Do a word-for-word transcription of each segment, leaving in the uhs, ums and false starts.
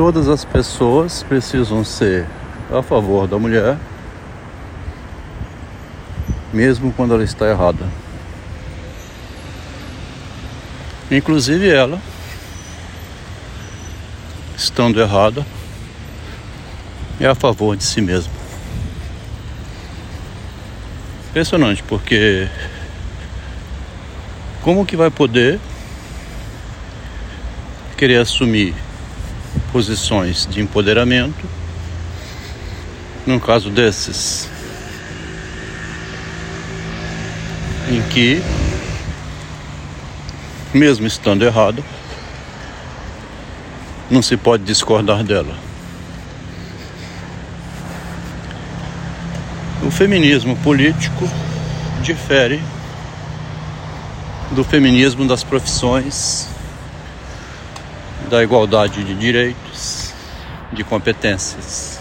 todas as pessoas precisam ser a favor da mulher, mesmo quando ela está errada. Inclusive ela, estando errada, é a favor de si mesma. Impressionante, porque como que vai poder querer assumir posições de empoderamento num caso desses, em que, mesmo estando errado, não se pode discordar dela. O feminismo político difere do feminismo das profissões, da igualdade de direitos, de competências.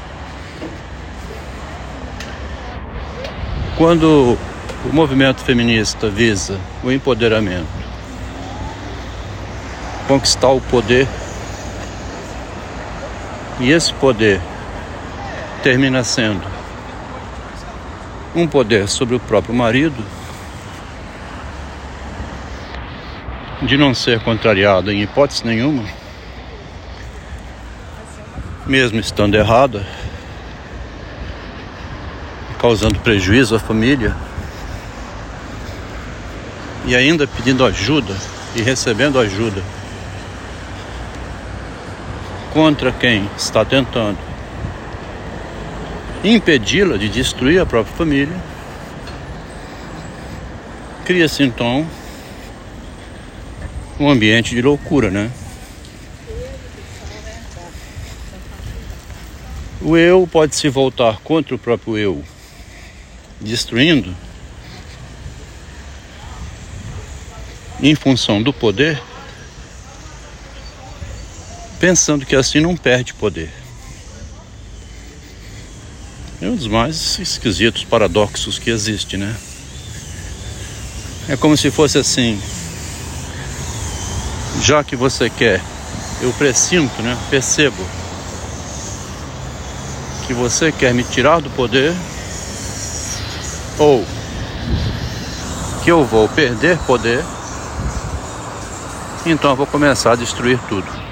Quando o movimento feminista visa o empoderamento, conquistar o poder, e esse poder termina sendo um poder sobre o próprio marido, de não ser contrariada em hipótese nenhuma, mesmo estando errada, causando prejuízo à família, e ainda pedindo ajuda e recebendo ajuda contra quem está tentando impedi-la de destruir a própria família, cria-se então um ambiente de loucura, né? O eu pode se voltar contra o próprio eu, destruindo em função do poder, pensando que assim não perde poder. É um dos mais esquisitos paradoxos que existe, né? É como se fosse assim: já que você quer, eu pressinto, né? Percebo que você quer me tirar do poder, ou que eu vou perder poder, então eu vou começar a destruir tudo.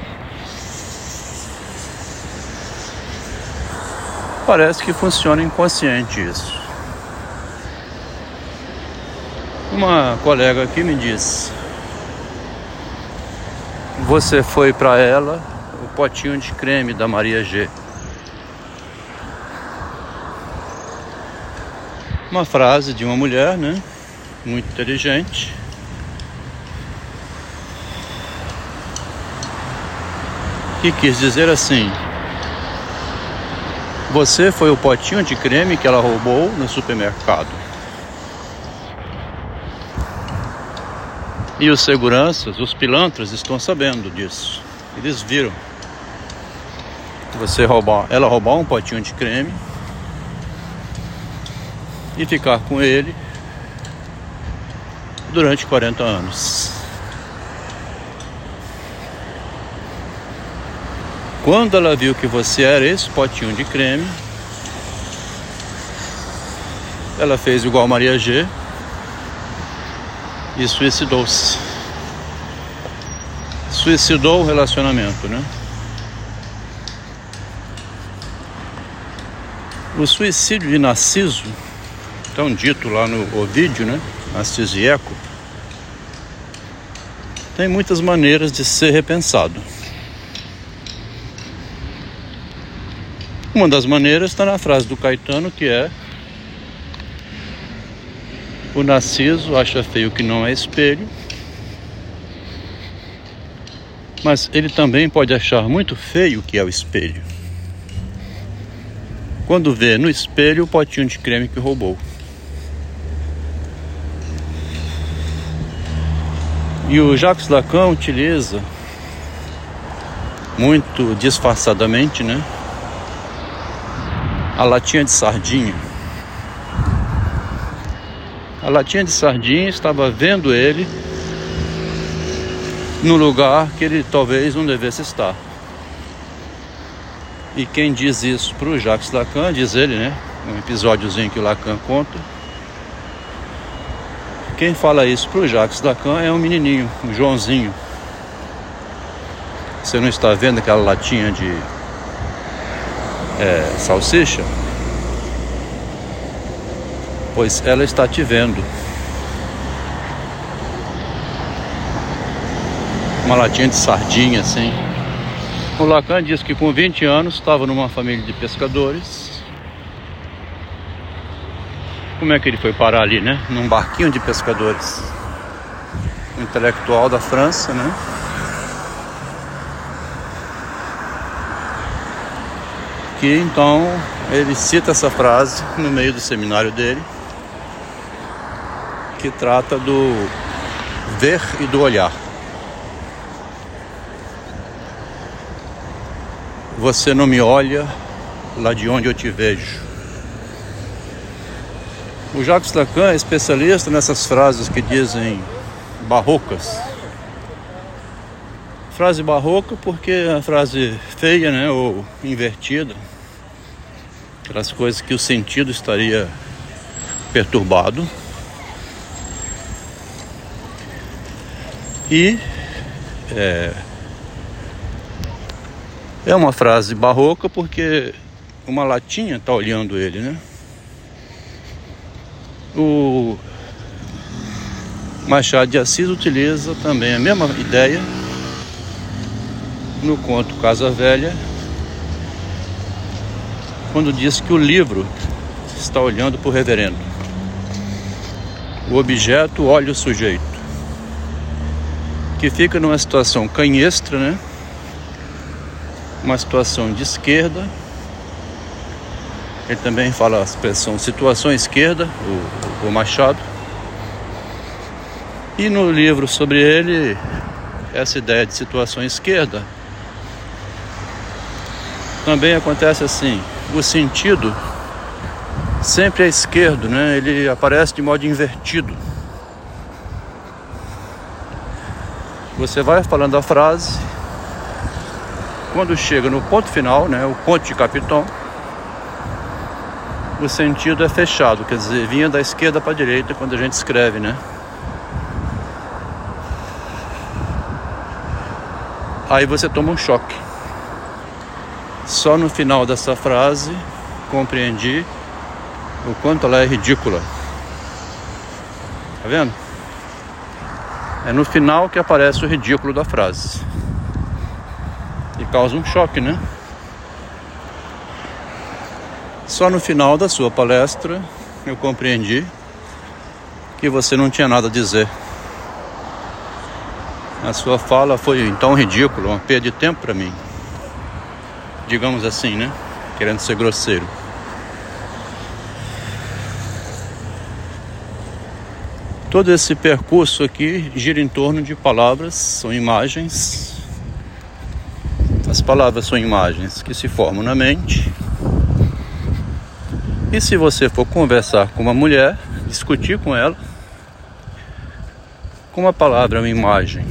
Parece que funciona inconsciente isso. Uma colega aqui me disse: você foi para ela o potinho de creme da Maria G. Uma frase de uma mulher, né? Muito inteligente. Que quis dizer assim: você foi o potinho de creme que ela roubou no supermercado. E os seguranças, os pilantras, estão sabendo disso. Eles viram você roubar, ela roubar um potinho de creme e ficar com ele durante quarenta anos. Quando ela viu que você era esse potinho de creme, ela fez igual Maria G e suicidou-se. Suicidou o relacionamento, né? O suicídio de Narciso, tão dito lá no Ovídio, né? Narciso e Eco, tem muitas maneiras de ser repensado. Uma das maneiras está na frase do Caetano, que é: o Narciso acha feio que não é espelho, mas ele também pode achar muito feio que é o espelho, quando vê no espelho o potinho de creme que roubou. E o Jacques Lacan utiliza, muito disfarçadamente, né, a latinha de sardinha. A latinha de sardinha estava vendo ele no lugar que ele talvez não devesse estar. E quem diz isso para o Jacques Lacan, diz ele, né? Um episódiozinho que o Lacan conta. Quem fala isso para o Jacques Lacan é um menininho, um Joãozinho. Você não está vendo aquela latinha de é, salsicha? Pois ela está te vendo. Uma latinha de sardinha assim. O Lacan diz que com vinte anos estava numa família de pescadores. Como é que ele foi parar ali, né? Num barquinho de pescadores. Um intelectual da França, né? Que então ele cita essa frase no meio do seminário dele, que trata do ver e do olhar. Você não me olha lá de onde eu te vejo. O Jacques Lacan é especialista nessas frases que dizem barrocas. Frase barroca porque é a frase feia, né, ou invertida. Aquelas coisas que o sentido estaria perturbado. E é, é uma frase barroca porque uma latinha está olhando ele, né? O Machado de Assis utiliza também a mesma ideia no conto Casa Velha, quando diz que o livro está olhando para o reverendo. O objeto olha o sujeito, que fica numa situação canhestra, né? Uma situação de esquerda. Ele também fala a expressão situação esquerda, o, o Machado. E no livro sobre ele, essa ideia de situação esquerda também acontece assim. O sentido sempre é esquerdo, né? Ele aparece de modo invertido. Você vai falando a frase, quando chega no ponto final, né, o ponto de Capitão, o sentido é fechado, quer dizer, vinha da esquerda para a direita quando a gente escreve, né? Aí você toma um choque. Só no final dessa frase compreendi o quanto ela é ridícula. Tá vendo? É no final que aparece o ridículo da frase. E causa um choque, né? Só no final da sua palestra eu compreendi que você não tinha nada a dizer. A sua fala foi tão ridícula, uma perda de tempo para mim. Digamos assim, né? Querendo ser grosseiro. Todo esse percurso aqui gira em torno de palavras, são imagens. As palavras são imagens que se formam na mente. E se você for conversar com uma mulher, discutir com ela, como a palavra é uma imagem,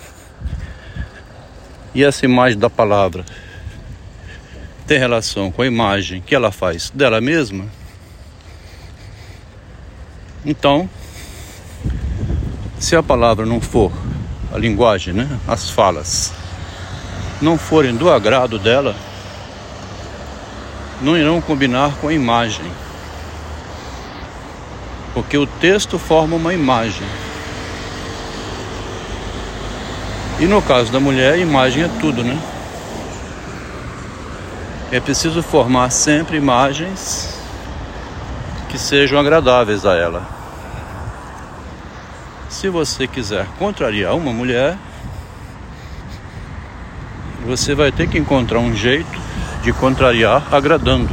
e essa imagem da palavra tem relação com a imagem que ela faz dela mesma, então, se a palavra não for, a linguagem, né, as falas, não forem do agrado dela, não irão combinar com a imagem, porque o texto forma uma imagem. E no caso da mulher, a imagem é tudo, né? É preciso formar sempre imagens que sejam agradáveis a ela. Se você quiser contrariar uma mulher, você vai ter que encontrar um jeito de contrariar agradando.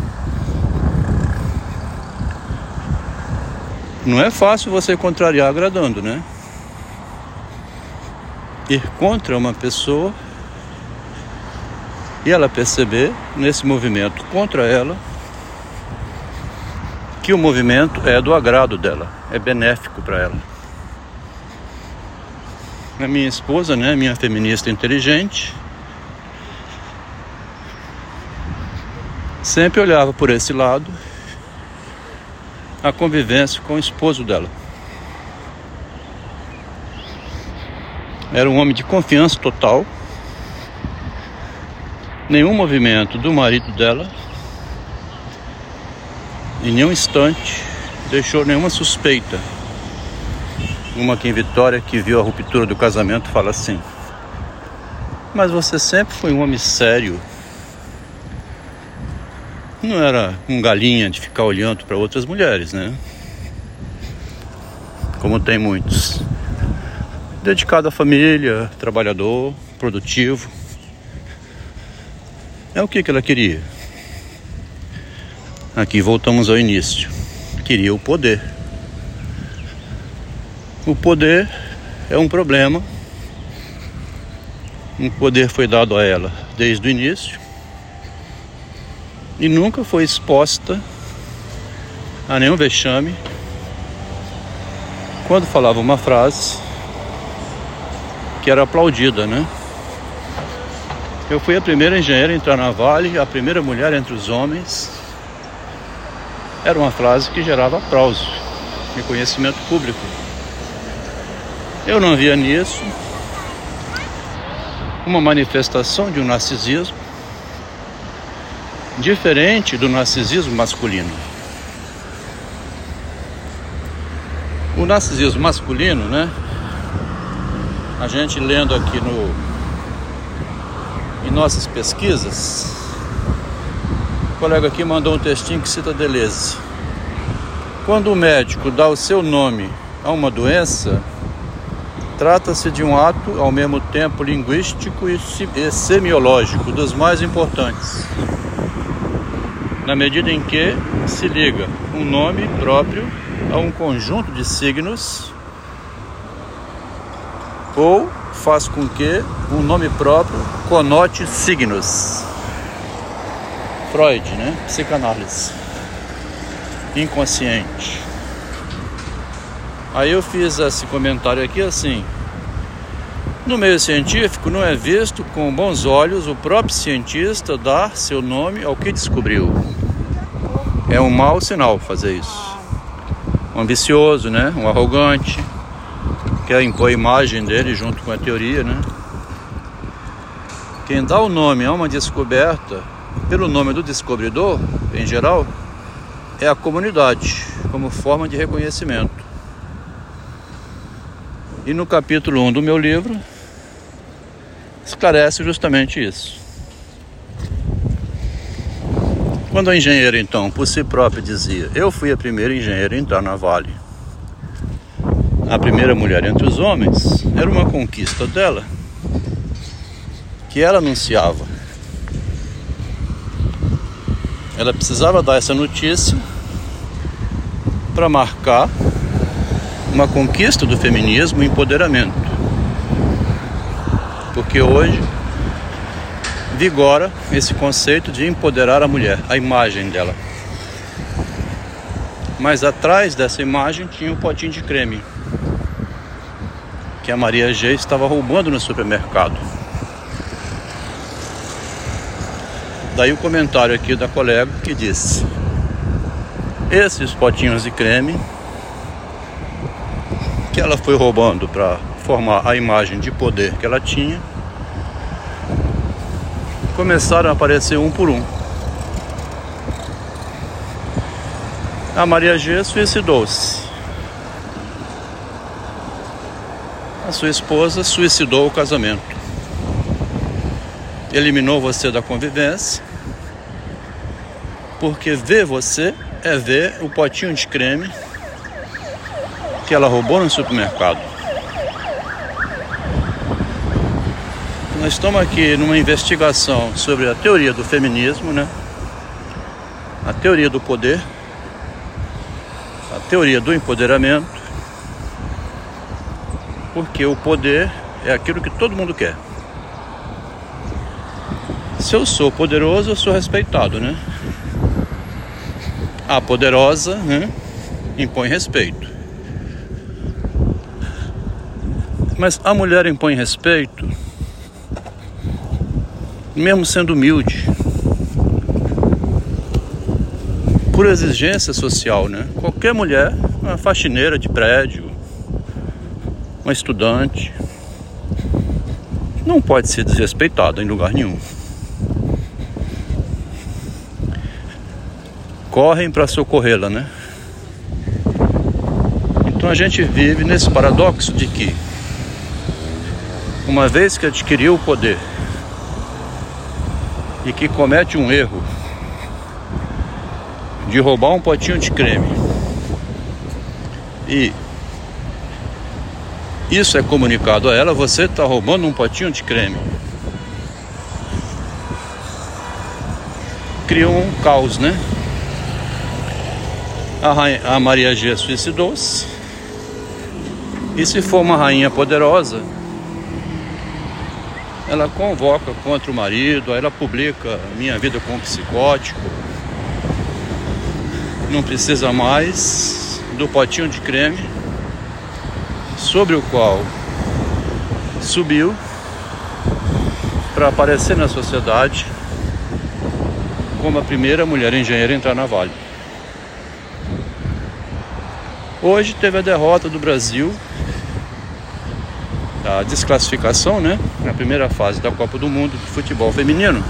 Não é fácil você contrariar agradando, né? Ir contra uma pessoa e ela perceber nesse movimento contra ela que o movimento é do agrado dela, é benéfico para ela. A minha esposa, né, minha feminista inteligente, sempre olhava por esse lado a convivência com o esposo dela. Era um homem de confiança total. Nenhum movimento do marido dela, em nenhum instante, deixou nenhuma suspeita. Uma aqui em Vitória, que viu a ruptura do casamento, fala assim: mas você sempre foi um homem sério. Não era um galinha de ficar olhando para outras mulheres, né? Como tem muitos. Dedicado à família, trabalhador, produtivo. É o que que ela queria? Aqui voltamos ao início. Queria o poder. O poder é um problema. O poder foi dado a ela desde o início e nunca foi exposta a nenhum vexame quando falava uma frase que era aplaudida, né? Eu fui a primeira engenheira a entrar na Vale, a primeira mulher entre os homens. Era uma frase que gerava aplauso, reconhecimento público. Eu não via nisso uma manifestação de um narcisismo diferente do narcisismo masculino. O narcisismo masculino, né? A gente lendo aqui no, em nossas pesquisas, o colega aqui mandou um textinho que cita Deleuze. Quando o médico dá o seu nome a uma doença, trata-se de um ato ao mesmo tempo linguístico e semiológico, dos mais importantes, na medida em que se liga um nome próprio a um conjunto de signos ou faz com que um nome próprio conote signos. Freud, né? Psicanálise. Inconsciente. Aí eu fiz esse comentário aqui assim: no meio científico não é visto com bons olhos o próprio cientista dar seu nome ao que descobriu. É um mau sinal fazer isso. Um ambicioso, né? Um arrogante, quer impor a imagem dele junto com a teoria, né? Quem dá o nome a uma descoberta pelo nome do descobridor, em geral, é a comunidade, como forma de reconhecimento. E no capítulo um do meu livro, esclarece justamente isso. Quando a engenheira, então, por si própria dizia: eu fui a primeira engenheira a entrar na Vale, a primeira mulher entre os homens, era uma conquista dela, que ela anunciava. Ela precisava dar essa notícia para marcar uma conquista do feminismo, um empoderamento. Porque hoje vigora esse conceito de empoderar a mulher, a imagem dela. Mas atrás dessa imagem tinha um potinho de creme que a Maria G estava roubando no supermercado. Daí o comentário aqui da colega que disse: esses potinhos de creme que ela foi roubando para formar a imagem de poder que ela tinha, começaram a aparecer um por um. A Maria G suicidou-se. A sua esposa suicidou o casamento. Eliminou você da convivência, porque ver você é ver o potinho de creme que ela roubou no supermercado. Nós estamos aqui numa investigação sobre a teoria do feminismo, né? A teoria do poder, a teoria do empoderamento, porque o poder é aquilo que todo mundo quer. Se eu sou poderoso, eu sou respeitado, né? A poderosa, né, impõe respeito. Mas a mulher impõe respeito mesmo sendo humilde. por exigência social, né? Qualquer mulher, uma faxineira de prédio, uma estudante, não pode ser desrespeitada em lugar nenhum. Correm para socorrê-la, né? Então a gente vive nesse paradoxo de que, uma vez que adquiriu o poder e que comete um erro de roubar um potinho de creme, e isso é comunicado a ela: você está roubando um potinho de creme. Cria um caos, né? A, rainha, a Maria G suicidou-se. E se for uma rainha poderosa, ela convoca contra o marido, aí ela publica Minha Vida com um Psicótico. Não precisa mais do potinho de creme sobre o qual subiu para aparecer na sociedade como a primeira mulher engenheira a entrar na Vale. Hoje teve a derrota do Brasil, a desclassificação, né, na primeira fase da Copa do Mundo de futebol feminino.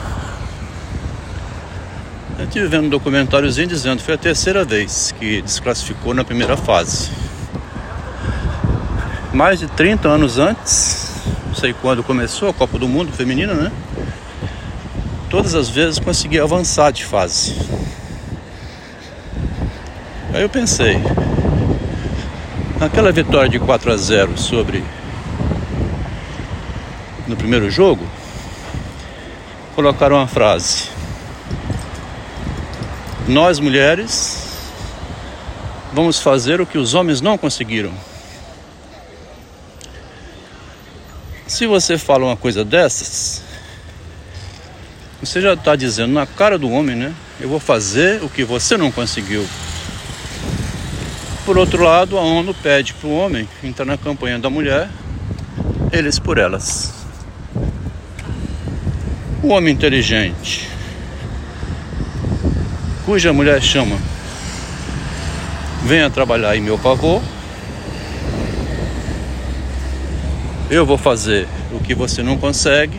Eu estive vendo um documentáriozinho dizendo que foi a terceira vez que desclassificou na primeira fase. Mais de trinta anos antes, não sei quando começou a Copa do Mundo feminina, né? Todas as vezes conseguia avançar de fase. Aí eu pensei, aquela vitória de quatro a zero sobre no primeiro jogo, colocaram uma frase: nós mulheres vamos fazer o que os homens não conseguiram. Se você fala uma coisa dessas, você já está dizendo na cara do homem, né? Eu vou fazer o que você não conseguiu. Por outro lado, a ONU pede para o homem entrar na campanha da mulher, eles por elas. O homem inteligente, cuja mulher chama, venha trabalhar em meu favor, eu vou fazer o que você não consegue.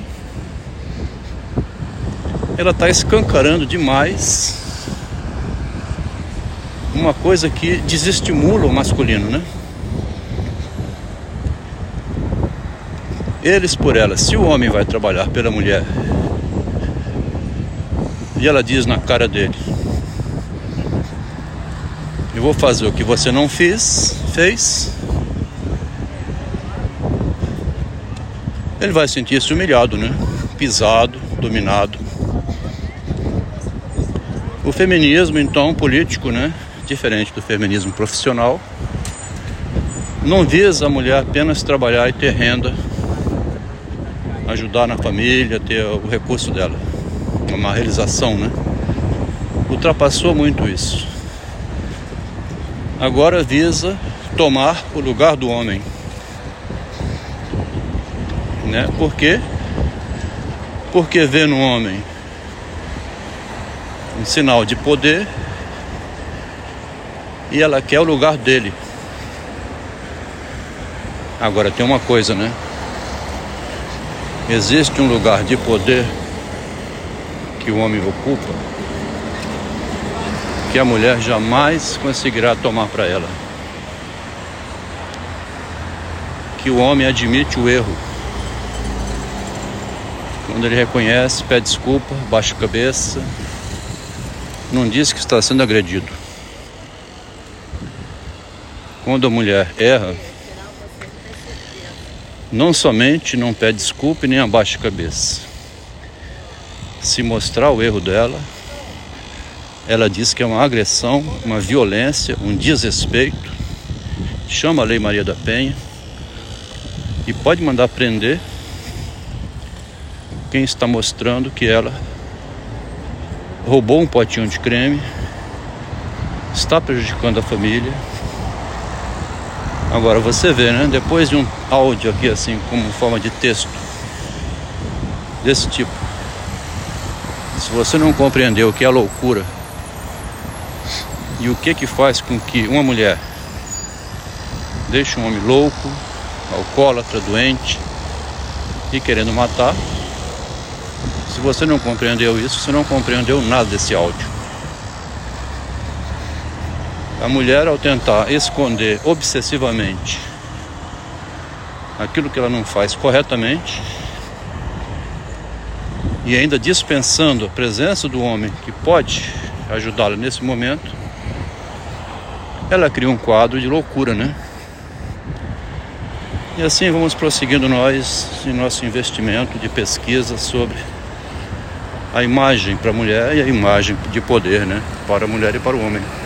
Ela está escancarando demais uma coisa que desestimula o masculino, né? Eles por elas. Se o homem vai trabalhar pela mulher e ela diz na cara dele: eu vou fazer o que você não fez, fez, ele vai sentir-se humilhado, né? Pisado, dominado. O feminismo, então, político, né? Diferente do feminismo profissional, não visa a mulher apenas trabalhar e ter renda, ajudar na família, ter o recurso dela, uma realização, né? Ultrapassou muito isso. Agora visa tomar o lugar do homem, né? Por quê? Porque vê no homem um sinal de poder e ela quer o lugar dele. Agora tem uma coisa, né? Existe um lugar de poder que o homem ocupa que a mulher jamais conseguirá tomar para ela. Que o homem admite o erro. Quando ele reconhece, pede desculpa, baixa a cabeça, não diz que está sendo agredido. Quando a mulher erra, não somente não pede desculpa e nem abaixa a cabeça. Se mostrar o erro dela, ela diz que é uma agressão, uma violência, um desrespeito, chama a Lei Maria da Penha e pode mandar prender quem está mostrando que ela roubou um potinho de creme, está prejudicando a família. Agora você vê, né? Depois de um áudio aqui assim, como forma de texto desse tipo, se você não compreendeu o que é loucura, E o que que faz com que uma mulher deixe um homem louco, alcoólatra, doente e querendo matar? Se você não compreendeu isso, você não compreendeu nada desse áudio. A mulher, ao tentar esconder obsessivamente aquilo que ela não faz corretamente, e ainda dispensando a presença do homem que pode ajudá-la nesse momento, ela cria um quadro de loucura, né? E assim vamos prosseguindo nós em nosso investimento de pesquisa sobre a imagem para a mulher e a imagem de poder, né? Para a mulher e para o homem.